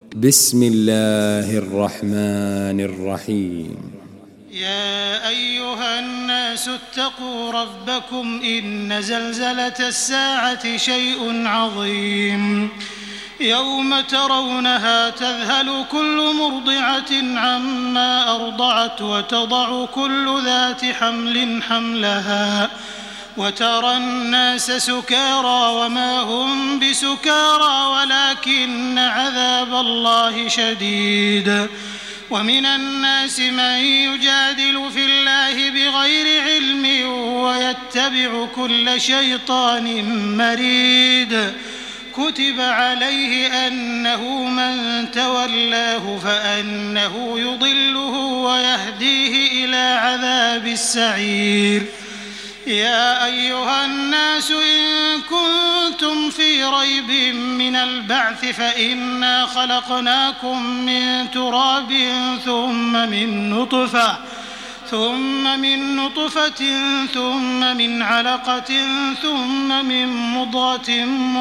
بسم الله الرحمن الرحيم. يا أيها الناس اتقوا ربكم إن زلزلة الساعة شيء عظيم يوم ترونها تذهل كل مرضعة عما أرضعت وتضع كل ذات حمل حملها وترى الناس سكارى وما هم بسكارى ولكن عذاب الله شديد. ومن الناس من يجادل في الله بغير علم ويتبع كل شيطان مريد. كتب عليه أنه من تولاه فأنه يضله ويهديه إلى عذاب السعير. يا أيها الناس إن كنتم في ريب من البعث فإنا خلقناكم من تراب ثم من نطفة ثم من علقة ثم من مضغة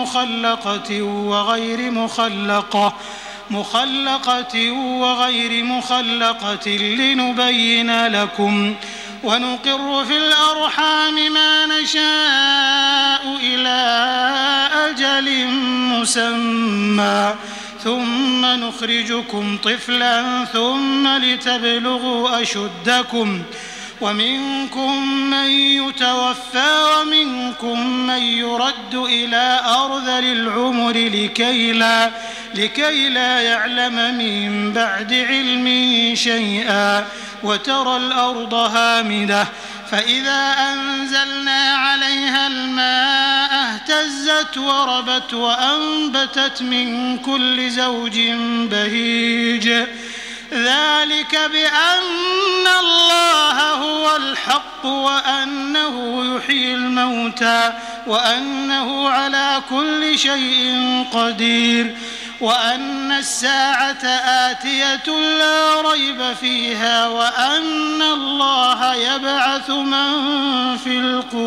مخلقة وغير مخلقة لنبين لكم ونقر في الأرحام ما نشاء إلى أجل مسمى ثم نخرجكم طفلا ثم لتبلغوا أشدكم ومنكم من يتوفى ومنكم من يرد إلى أرذل العمر لكي لا يعلم من بعد علم شيئا. وترى الأرض هامدة فإذا أنزلنا عليها الماء اهتزت وربت وأنبتت من كل زوج بهيج. ذلك بأن الله هو الحق وأنه يحيي الموتى وأنه على كل شيء قدير وأن الساعة آتية لا ريب فيها وأن الله يبعث من في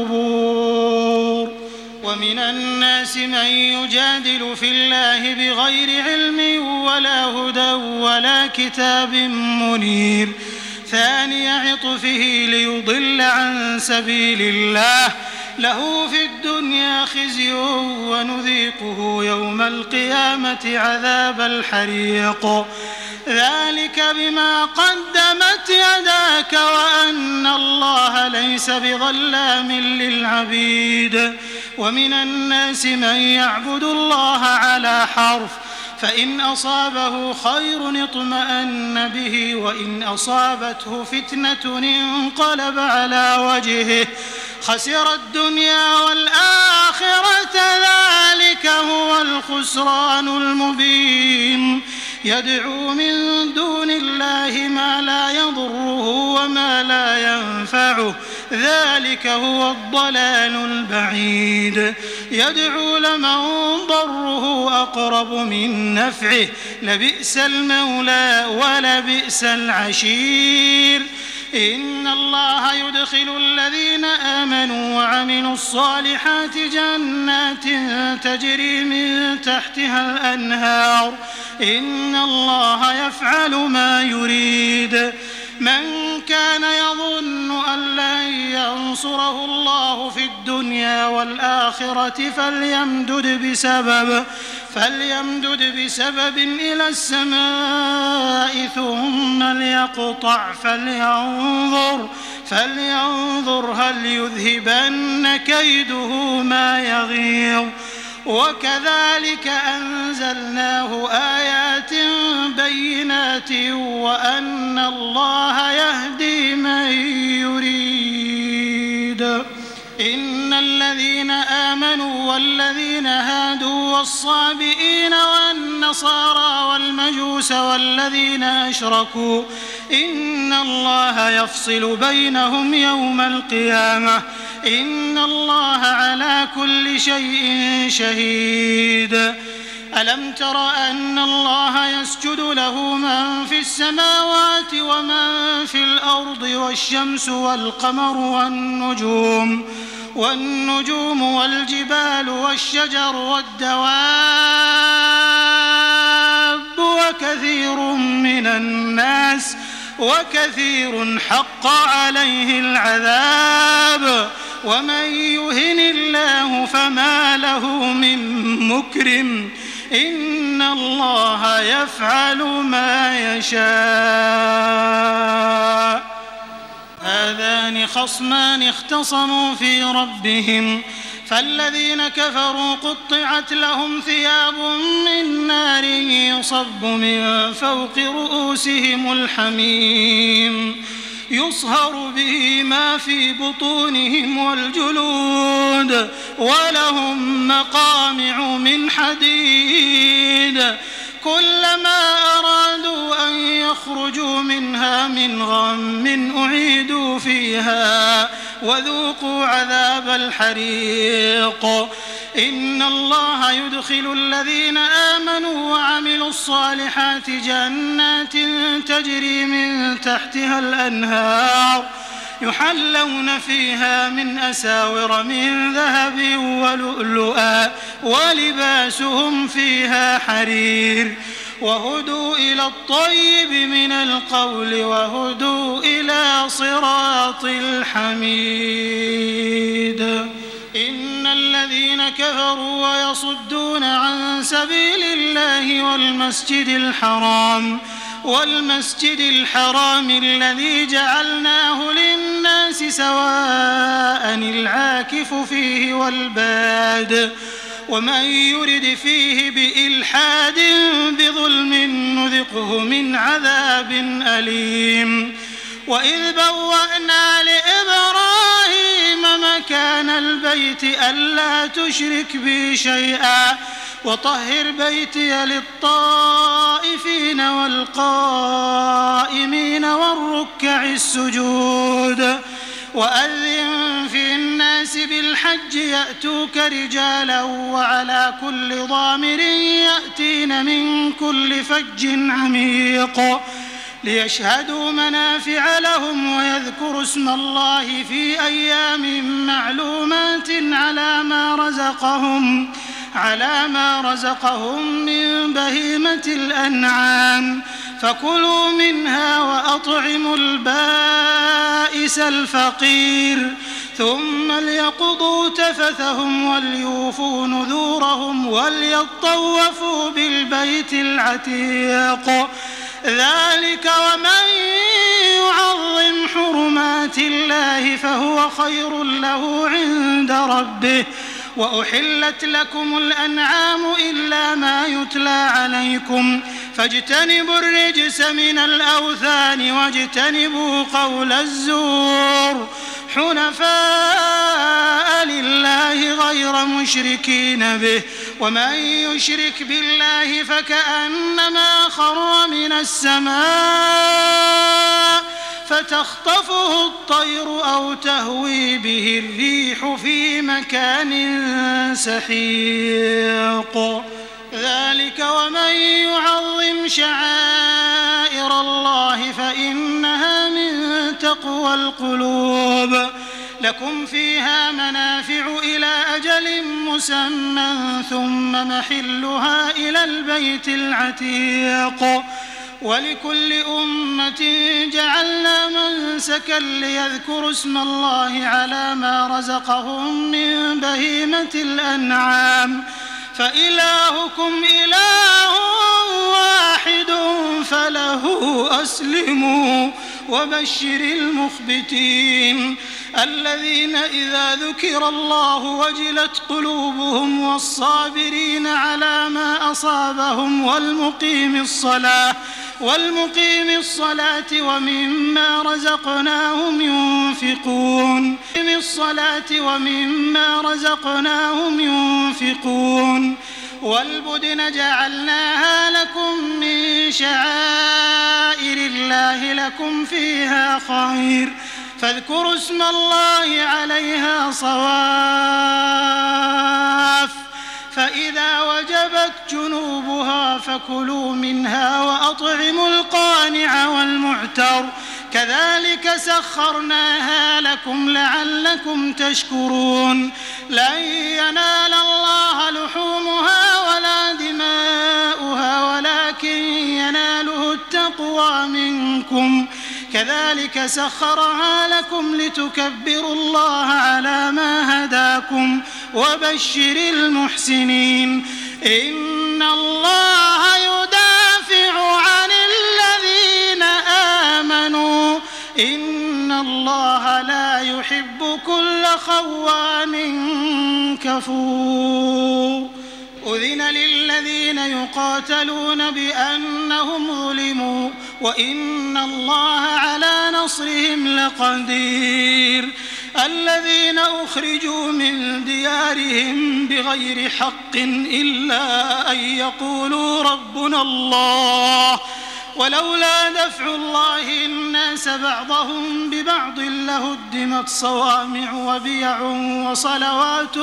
القبور. ومن الناس من يجادل في الله بغير علم ولا هدى ولا كتاب منير. ثاني عطفه ليضل عن سبيل الله له في الدنيا خزي ونذيقه يوم القيامة عذاب الحريق. ذلك بما قدمت يداك وأن الله ليس بظلام للعبيد. ومن الناس من يعبد الله على حرف فإن أصابه خير اطمأن به وإن أصابته فتنة انقلب على وجهه خسر الدنيا والآخرة ذلك هو الخسران المبين. يدعو من دون الله ما لا يضره وما لا ينفعه ذلك هو الضلال البعيد. يدعو لمن ضره أقرب من نفعه لبئس المولى ولبئس العشير. إن الله يدخل الذين آمنوا وعملوا الصالحات جنات تجري من تحتها الأنهار إن الله يفعل ما يريد. من كان يظن أن لن ينصره الله في الدنيا والآخرة فليمدد بسبب إلى السماء ثم ليقطع فلينظر هل يذهبن كيده ما يغيظ. وكذلك أنزلناه آيات بينات وأن الله يهدي من يريد. إن الذين آمنوا والذين هادوا والصابئين والنصارى والمجوس والذين أشركوا إن الله يفصل بينهم يوم القيامة إن الله على كل شيء شهيد. ألم تر أن الله يسجد له من في السماوات ومن في الأرض والشمس والقمر والنجوم والجبال والشجر والدواب كثير من الناس وكثير حق عليه العذاب ومن يهن الله فما له من مكرم إن الله يفعل ما يشاء. هذان خصمان اختصموا في ربهم فالذين كفروا قطعت لهم ثياب من نار يصب من فوق رؤوسهم الحميم يصهر به ما في بطونهم والجلود ولهم مقامع من حديد كلما أرادوا أن يخرجوا منها من غم أعيدوا فيها وذوقوا عذاب الحريق. إن الله يدخل الذين آمنوا وعملوا الصالحات جنات تجري من تحتها الأنهار يحلون فيها من أساور من ذهب ولؤلؤا ولباسهم فيها حرير وهدوا إلى الطيب من القول وهدوا إلى صراط الحميد. إن الذين كفروا ويصدون عن سبيل الله والمسجد الحرام الذي جعلناه للناس سواء العاكف فيه والباد ومن يرد فيه بإلحاد بظلم نذقه من عذاب أليم. وإذ بوأنا لإبراهيم مكان البيت ألا تشرك بي شيئا وطهر بيتي للطائفين والقائمين والركع السجود وأذن في الناس بالحج يأتوك رجالا وعلى كل ضامر يأتين من كل فج عميق ليشهدوا منافع لهم ويذكروا اسم الله في أيام معلومات على ما رزقهم من بهيمة الأنعام فكلوا منها وأطعموا البائس الفقير ثم ليقضوا تفثهم وليوفوا نذورهم وليطوفوا بالبيت العتيق. ذلك ومن يعظم حرمات الله فهو خير له عند ربه. وأحلت لكم الأنعام إلا ما يتلى عليكم فاجتنبوا الرجس من الأوثان واجتنبوا قول الزور حنفاء لله غير مشركين به ومن يشرك بالله فكأنما خر من السماء فتخطفه الطير أو تهوي به الريح في مكان سحيق. ذلك ومن يعظم شعائر الله فإنها من تقوى القلوب. لكم فيها منافع إلى أجل مسمى ثم محلها إلى البيت العتيق. ولكل أمة جعلنا منسكا ليذكروا اسم الله على ما رزقهم من بهيمة الأنعام فإلهكم إله واحد فله أسلموا وبشر المخبتين الذين إذا ذكر الله وجلت قلوبهم والصابرين على ما أصابهم والمقيم الصلاة ومما رزقناهم ينفقون والبدن جعلناها لكم من شعائر الله لكم فيها خير فاذكروا اسم الله عليها صواف فإذا وجبت جنوبها فكلوا منها وأطعموا القانع والمعتر كذلك سخرناها لكم لعلكم تشكرون لن ينال الله لحومها ولا دماؤها ولكن ولكن يناله التقوى منكم كذلك سخرها لكم لتكبروا الله على ما هداكم وبشر المحسنين إن الله يدافع عن الذين آمنوا إن الله لا يحب كل خوان كفور أذن للذين يقاتلون بأنهم ظلموا وإن الله على نصرهم لقدير الذين أخرجوا من ديارهم بغير حق إلا أن يقولوا ربنا الله ولولا دفع الله الناس بعضهم ببعض لهدمت صوامع وبيع وصلوات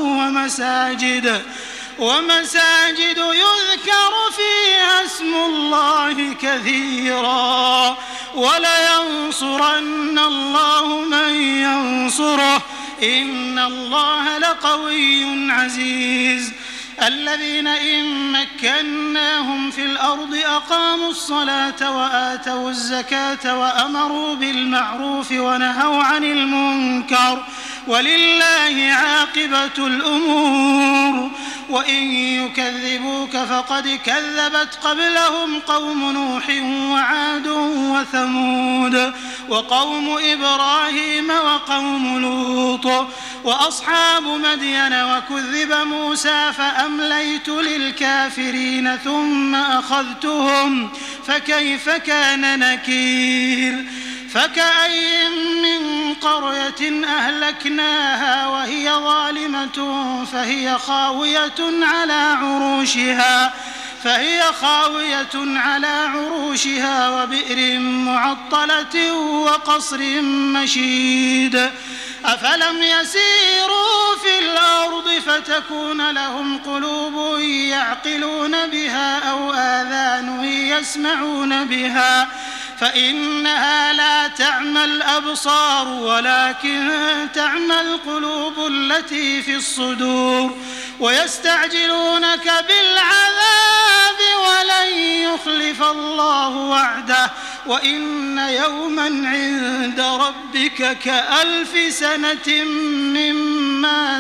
ومساجد يذكر فيها اسم الله كثيرا ولينصرن الله من ينصره إن الله لقوي عزيز الذين إن مكناهم في الأرض أقاموا الصلاة وآتوا الزكاة وأمروا بالمعروف ونهوا عن المنكر ولله عاقبة الأمور وإن يكذبوك فقد كذبت قبلهم قوم نوح وعاد وثمود وقوم إبراهيم وقوم لوط وأصحاب مدين وكذب موسى فأمليت للكافرين ثم أخذتهم فكيف كان نكير فكأي من قرية أهلكناها وهي ظالمة فهي خاوية على عروشها وبئر معطلة وقصر مشيد أفلم يسيروا في الأرض فتكون لهم قلوب يعقلون بها أو آذان يسمعون بها فإنها لا تعمى الأبصار ولكن تعمى القلوب التي في الصدور ويستعجلونك بالعذاب ولن يخلف الله وعده وإن يوما عند ربك كألف سنة مما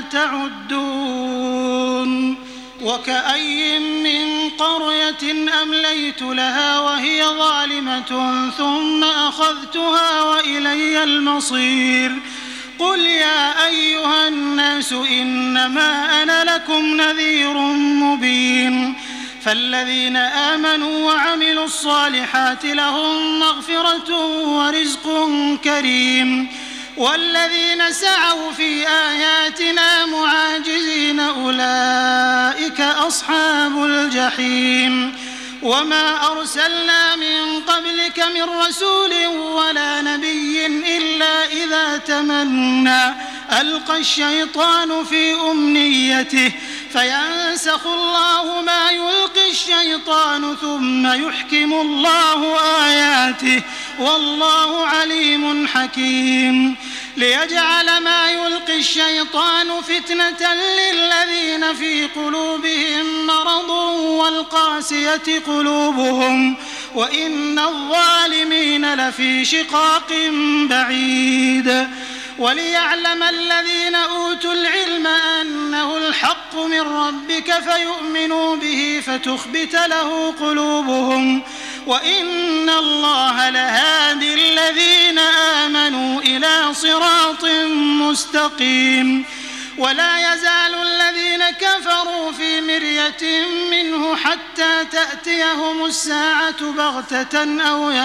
تعدون وكأي من قرية أمليت لها وهي ظالمة ثم أخذتها وإلي المصير قل يا أيها الناس إنما أنا لكم نذير مبين فالذين آمنوا وعملوا الصالحات لهم مغفرة ورزق كريم والذين سعوا في آياتنا معاجزين أولئك أصحاب الجحيم وما أرسلنا من قبلك من رسول ولا نبي إلا إذا تمنى ألقى الشيطان في أمنيته فينسخ الله ما يلقي الشيطان ثم يحكم الله آياته والله عليم حكيم ليجعل ما يلقي الشيطان فتنة للذين في قلوبهم مرض والقاسية قلوبهم وإن الظالمين لفي شقاق بعيد وليعلم الذين أوتوا العلم أنه الحق من ربك فيؤمنوا به فتخبت له قلوبهم وإن الله لهادي الذين آمنوا إلى صراط مستقيم ولا يزال الذين كفروا في مرية منه حتى تأتيهم الساعة بغتة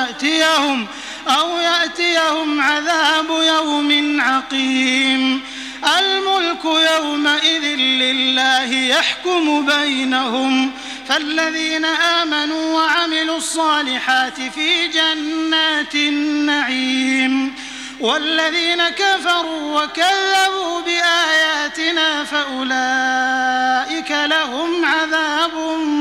أو يأتيهم عذاب يوم عقيم الملك يومئذ لله يحكم بينهم فالذين آمنوا وعملوا الصالحات في جنات النعيم والذين كفروا وكذبوا بآياتنا فأولئك لهم عذاب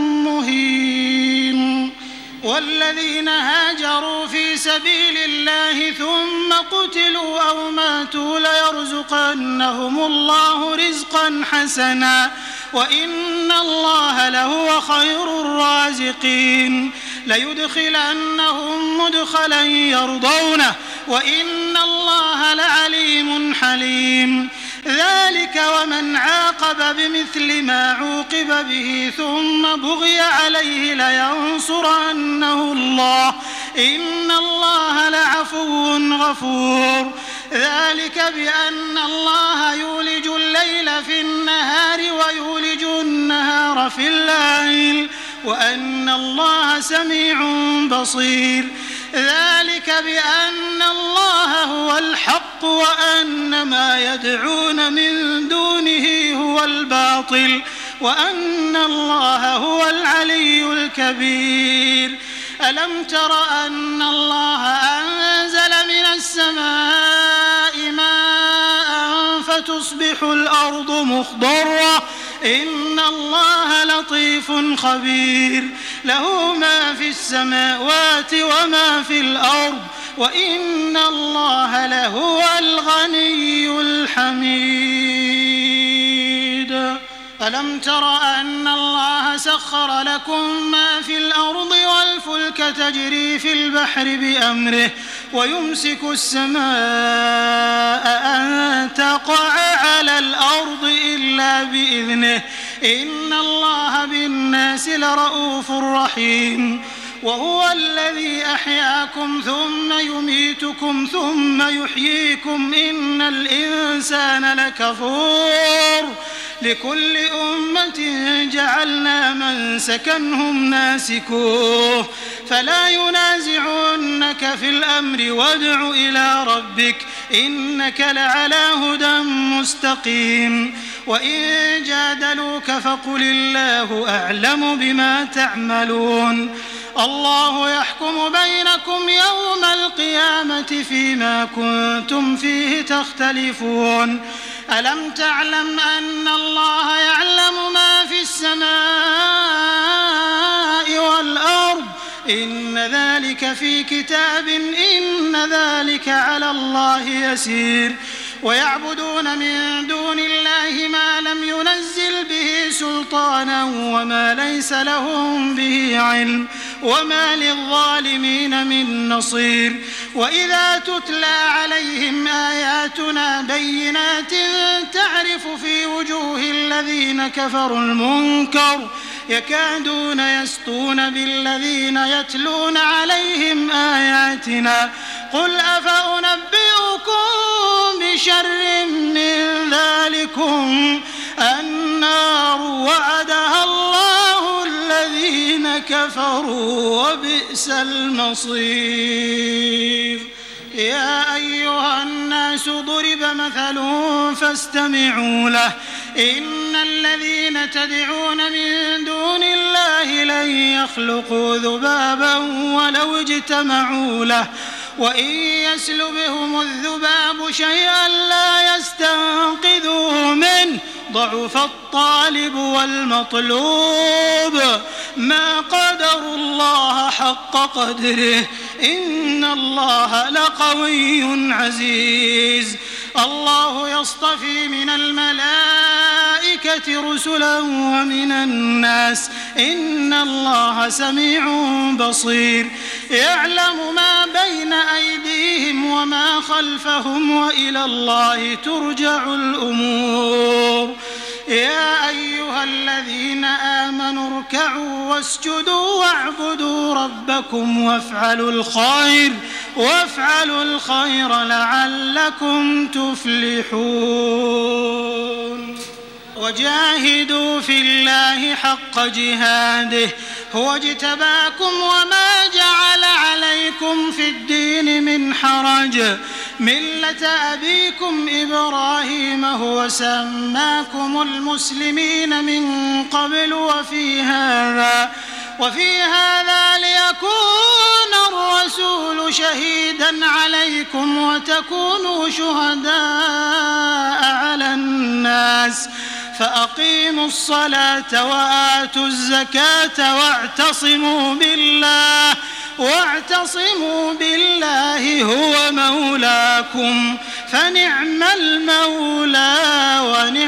مهين والذين هاجروا في سبيل الله ثم قتلوا أو ماتوا ليرزقنهم الله رزقا حسنا وإن الله لهو خير الرازقين ليدخلنهم مدخلا يرضونه وإن الله لعليم حليم ذلك ومن عاقب بمثل ما عوقب به ثم بغي عليه لينصرنه الله إن الله لعفو غفور ذلك بأن الله يولج الليل في النهار ويولج النهار في الليل وأن الله سميع بصير ذلك بأن الله هو الحق وأن ما يدعون من دونه هو الباطل وأن الله هو العلي الكبير ألم تر أن الله أنزل من السماء ماء فتصبح الأرض مخضرة إن الله لطيف خبير له ما في السماوات وما في الأرض وإن الله لهو الغني الحميد ألم تر أن الله سخر لكم ما في الأرض والفلك تجري في البحر بأمره ويمسك السماء أن تقع على الأرض إلا بإذنه إن الله بالناس لرؤوف رحيم وهو الذي أحياكم ثم يميتكم ثم يحييكم إن الإنسان لكفور لكل أمة جعلنا منسكا هم ناسكوه فلا ينازعنك في الأمر وادع إلى ربك إنك لعلى هدى مستقيم وإن جادلوك فقل الله أعلم بما تعملون الله يحكم بينكم يوم القيامة فيما كنتم فيه تختلفون ألم تعلم أن الله يعلم ما في السماء والأرض إن ذلك في كتاب إن ذلك على الله يسير ويعبدون من دون الله ما لم ينزل به سلطانا وما ليس لهم به علم وما للظالمين من نصير وإذا تتلى عليهم آياتنا بينات تعرف في وجوه الذين كفروا المنكر يكادون يسطون بالذين يتلون عليهم آياتنا قل أفأنبئكم بشر من ذلكم النار وعدها الله الذين كفروا وبئس المصير يا أيها الناس ضرب مثل فاستمعوا له إن الذين تدعون من دون الله لن يخلقوا ذبابا ولو اجتمعوا له وإن يسلبهم الذباب شيئا لا يستنقذوه منه ضعف الطالب والمطلوب ما قدروا الله حق قدره إن الله لقوي عزيز الله يصطفي من الملائكة رسلا ومن الناس إن الله سميع بصير يعلم ما بين أيديهم وما خلفهم وإلى الله ترجع الأمور يا أيها الذين آمنوا اركعوا واسجدوا واعبدوا ربكم وافعلوا الخير لعلكم تفلحون وجاهدوا في الله حق جهاده هو اجتباكم وما جعل عليكم في الدين من حرج ملة أبيكم إبراهيم هو سماكم المسلمين من قبل وفي هذا ليكون الرسول شهيدا عليكم وتكونوا شهداء على الناس فأقيموا الصلاة وآتوا الزكاة واعتصموا بالله هو مولاكم فنعم المولى ونعم